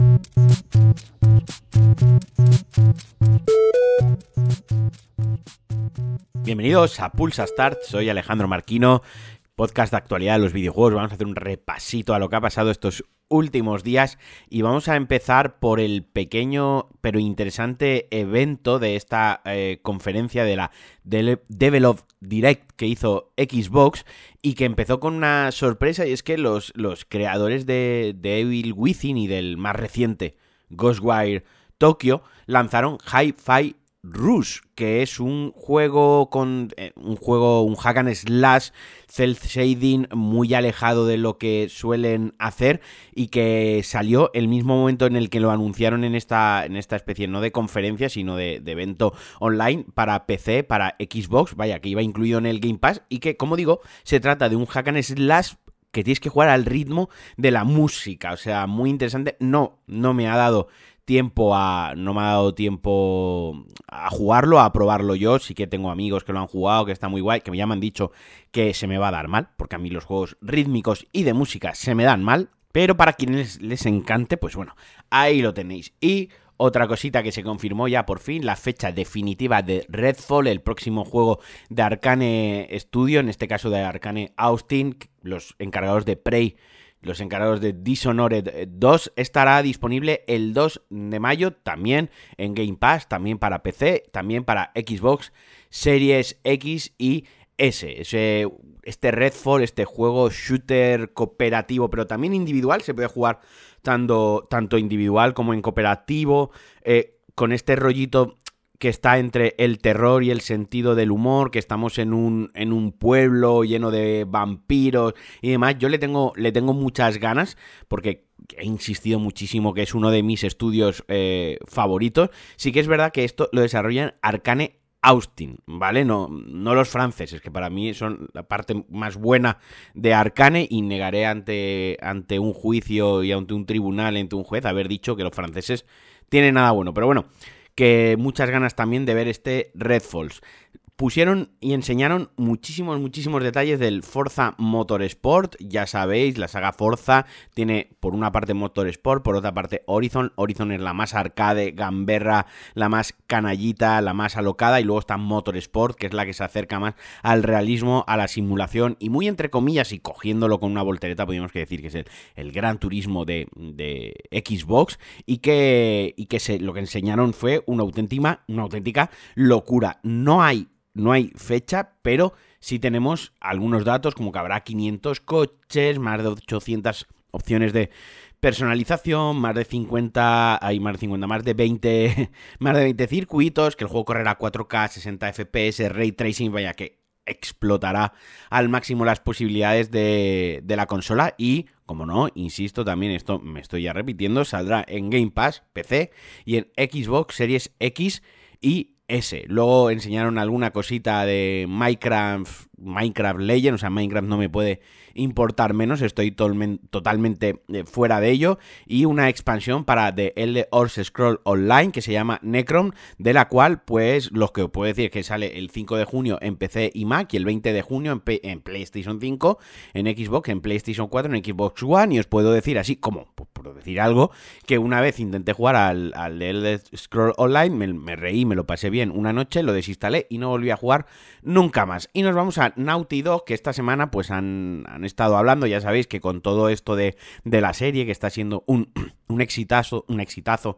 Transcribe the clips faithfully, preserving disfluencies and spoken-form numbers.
Bienvenidos a Pulsa Start, soy Alejandro Marquino, podcast de actualidad de los videojuegos. Vamos a hacer un repasito a lo que ha pasado estos últimos días y vamos a empezar por el pequeño pero interesante evento de esta eh, conferencia de la de Develop Direct que hizo Xbox y que empezó con una sorpresa, y es que los, los creadores de, de Evil Within y del más reciente Ghostwire Tokyo lanzaron Hi-Fi Rush, que es un juego con eh, un juego, un hack and slash cel shading muy alejado de lo que suelen hacer y que salió el mismo momento en el que lo anunciaron en esta, en esta especie no de conferencia sino de, de evento online para P C, para Xbox, vaya, que iba incluido en el Game Pass y que, como digo, se trata de un hack and slash que tienes que jugar al ritmo de la música, o sea, muy interesante. No, no me ha dado tiempo a no me ha dado tiempo a jugarlo, a probarlo yo. Sí que tengo amigos que lo han jugado, que está muy guay, que ya me han dicho que se me va a dar mal, porque a mí los juegos rítmicos y de música se me dan mal, pero para quienes les encante, pues bueno, ahí lo tenéis. Y otra cosita que se confirmó ya por fin, la fecha definitiva de Redfall, el próximo juego de Arcane Studio, en este caso de Arcane Austin, los encargados de Prey, los encargados de Dishonored dos, estará disponible el dos de mayo, también en Game Pass, también para P C, también para Xbox Series X y S. Ese, este Redfall, este juego shooter cooperativo, pero también individual, se puede jugar tanto, tanto individual como en cooperativo, eh, con este rollito que está entre el terror y el sentido del humor, que estamos en un, en un pueblo lleno de vampiros y demás. Yo le tengo, le tengo muchas ganas, porque he insistido muchísimo que es uno de mis estudios eh, favoritos. Sí que es verdad que esto lo desarrollan Arcane Austin, ¿vale? No, no los franceses, que para mí son la parte más buena de Arcane, y negaré ante, ante un juicio y ante un tribunal, ante un juez, haber dicho que los franceses tienen nada bueno. Pero bueno, que muchas ganas también de ver este Redfall. Pusieron y enseñaron muchísimos, muchísimos detalles del Forza Motorsport. Ya sabéis, la saga Forza tiene por una parte Motorsport, por otra parte Horizon. Horizon es la más arcade, gamberra, la más canallita, la más alocada. Y luego está Motorsport, que es la que se acerca más al realismo, a la simulación. Y muy entre comillas, y cogiéndolo con una voltereta, podríamos que decir que es el, el Gran Turismo de, de Xbox. Y que, y que se, lo que enseñaron fue una auténtica, una auténtica locura. No hay... No hay fecha, pero sí tenemos algunos datos, como que habrá quinientos coches, más de ochocientas opciones de personalización, más de cincuenta, hay más de cincuenta, más de veinte, más de veinte circuitos, que el juego correrá a cuatro K, sesenta F P S, Ray Tracing, vaya que explotará al máximo las posibilidades de, de la consola. Y, como no, insisto, también esto me estoy ya repitiendo, saldrá en Game Pass, P C y en Xbox Series X y S. Luego enseñaron alguna cosita de Minecraft, Minecraft Legends, o sea, Minecraft no me puede importar menos, estoy tolmen, totalmente fuera de ello, y una expansión para The Elder Scrolls Online que se llama Necrom, de la cual, pues, lo que os puedo decir es que sale el cinco de junio en P C y Mac, y el veinte de junio en, P en PlayStation cinco, en Xbox, en PlayStation cuatro, en Xbox One, y os puedo decir así, como, pues, por decir algo, que una vez intenté jugar al, al The Elder Scrolls Online, me, me reí, me lo pasé bien una noche, lo desinstalé y no volví a jugar nunca más. Y nos vamos a Naughty Dog, que esta semana pues han, han estado hablando, ya sabéis que con todo esto de, de la serie, que está siendo un, un exitazo, un exitazo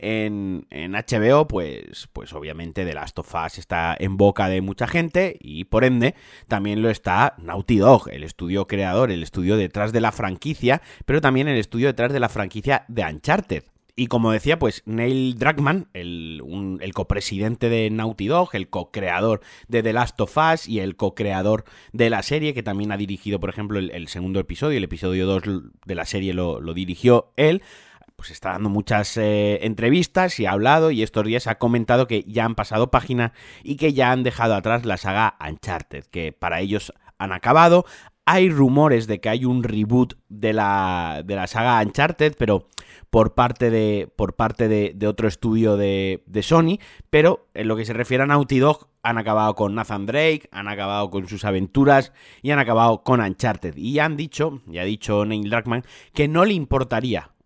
en, en H B O, pues, pues obviamente The Last of Us está en boca de mucha gente, y por ende también lo está Naughty Dog, el estudio creador, el estudio detrás de la franquicia, pero también el estudio detrás de la franquicia de Uncharted. Y como decía, pues Neil Druckmann, el, un, el copresidente de Naughty Dog, el co-creador de The Last of Us y el co-creador de la serie, que también ha dirigido, por ejemplo, el, el segundo episodio, el episodio dos de la serie lo, lo dirigió él, pues está dando muchas eh, entrevistas y ha hablado, y estos días ha comentado que ya han pasado página y que ya han dejado atrás la saga Uncharted, que para ellos han acabado. Hay rumores de que hay un reboot de la, de la saga Uncharted, pero por parte de, por parte de, de otro estudio de, de Sony, pero en lo que se refiere a Naughty Dog, han acabado con Nathan Drake, han acabado con sus aventuras y han acabado con Uncharted. Y han dicho, y ha dicho Neil Druckmann, que no le importaría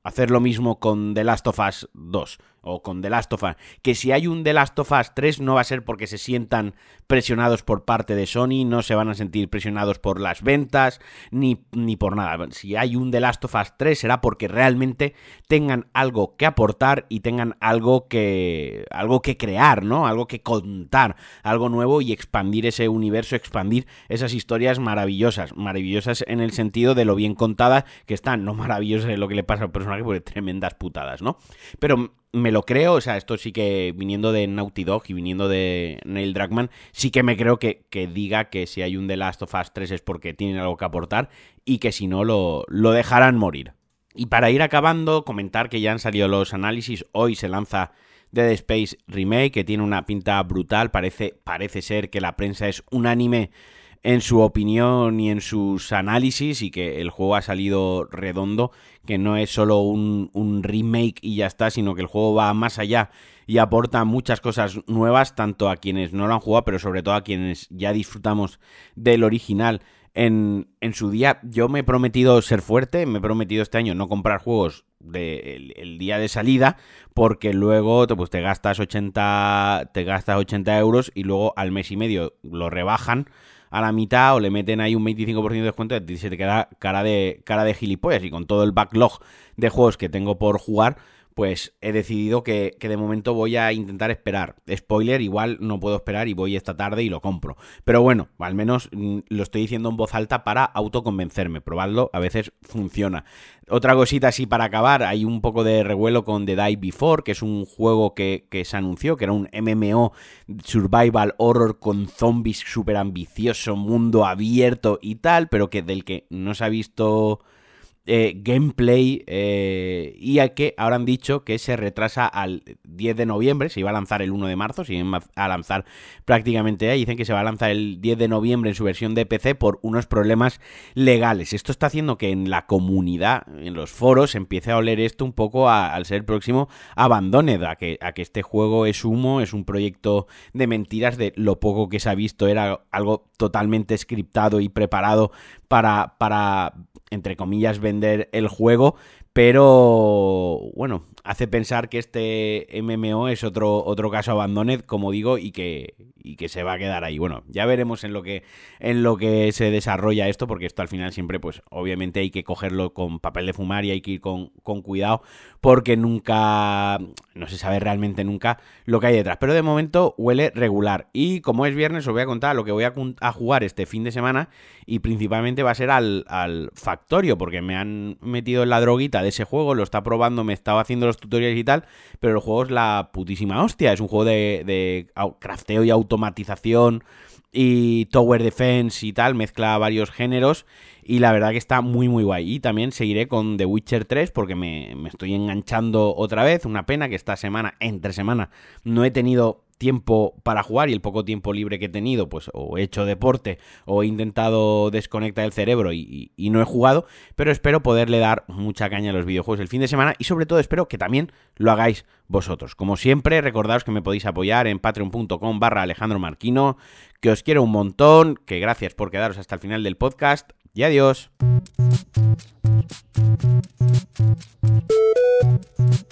hacer lo mismo con The Last of Us dos o con The Last of Us, que si hay un The Last of Us tres no va a ser porque se sientan presionados por parte de Sony, no se van a sentir presionados por las ventas ni, ni por nada. Si hay un The Last of Us tres será porque realmente tengan algo que aportar y tengan algo que algo que crear, ¿no? Algo que contar, algo nuevo y expandir ese universo, expandir esas historias maravillosas, maravillosas en el sentido de lo bien contadas que están, no maravillosas en lo que le pasa al personaje, porque tremendas putadas, ¿no? Pero me lo creo, o sea, esto sí que viniendo de Naughty Dog y viniendo de Neil Druckmann, sí que me creo que, que diga que si hay un The Last of Us tres es porque tienen algo que aportar y que si no lo, lo dejarán morir. Y para ir acabando, comentar que ya han salido los análisis. Hoy se lanza Dead Space Remake, que tiene una pinta brutal. Parece, parece ser que la prensa es unánime en su opinión y en sus análisis y que el juego ha salido redondo, que no es solo un, un remake y ya está, sino que el juego va más allá y aporta muchas cosas nuevas, tanto a quienes no lo han jugado, pero sobre todo a quienes ya disfrutamos del original en, en su día. Yo me he prometido ser fuerte, me he prometido este año no comprar juegos de, el, el día de salida, porque luego pues, te gastas ochenta, te gastas ochenta euros y luego al mes y medio lo rebajan a la mitad o le meten ahí un veinticinco por ciento de descuento y se te queda cara de, cara de gilipollas. Y con todo el backlog de juegos que tengo por jugar, pues he decidido que, que de momento voy a intentar esperar. Spoiler, igual no puedo esperar y voy esta tarde y lo compro. Pero bueno, al menos mm, lo estoy diciendo en voz alta para autoconvencerme. Probadlo, a veces funciona. Otra cosita así para acabar, hay un poco de revuelo con The Die Before, que es un juego que, que se anunció, que era un M M O survival horror con zombies súper ambicioso, mundo abierto y tal, pero que del que no se ha visto eh, gameplay eh, y al que ahora han dicho que se retrasa al diez de noviembre. Se iba a lanzar el uno de marzo, se iba a lanzar prácticamente ahí. Dicen que se va a lanzar el diez de noviembre en su versión de P C por unos problemas legales. Esto está haciendo que en la comunidad, en los foros, empiece a oler esto un poco a, al ser próximo Abandoned, a que, a que este juego es humo, es un proyecto de mentiras, de lo poco que se ha visto era algo totalmente scriptado y preparado para, para entre comillas, vender el juego, pero bueno, hace pensar que este M M O es otro, otro caso Abandoned, como digo, y que, y que se va a quedar ahí. Bueno, ya veremos en lo que en lo que se desarrolla esto, porque esto al final siempre, pues, obviamente hay que cogerlo con papel de fumar y hay que ir con, con cuidado, porque nunca, no se sabe realmente nunca lo que hay detrás. Pero de momento huele regular. Y como es viernes, os voy a contar lo que voy a, a jugar este fin de semana, y principalmente va a ser al, al Factorio, porque me han metido en la droguita de ese juego, lo está probando, me estaba haciendo los tutoriales y tal, pero el juego es la putísima hostia. Es un juego de, de crafteo y automatización y tower defense y tal, mezcla varios géneros y la verdad que está muy muy guay. Y también seguiré con The Witcher tres porque me, me estoy enganchando otra vez. Una pena que esta semana, entre semana, no he tenido tiempo para jugar, y el poco tiempo libre que he tenido, pues o he hecho deporte o he intentado desconectar el cerebro y, y, y no he jugado, pero espero poderle dar mucha caña a los videojuegos el fin de semana, y sobre todo espero que también lo hagáis vosotros. Como siempre, recordaos que me podéis apoyar en patreon.com barra Alejandro Marquino, que os quiero un montón, que gracias por quedaros hasta el final del podcast y adiós.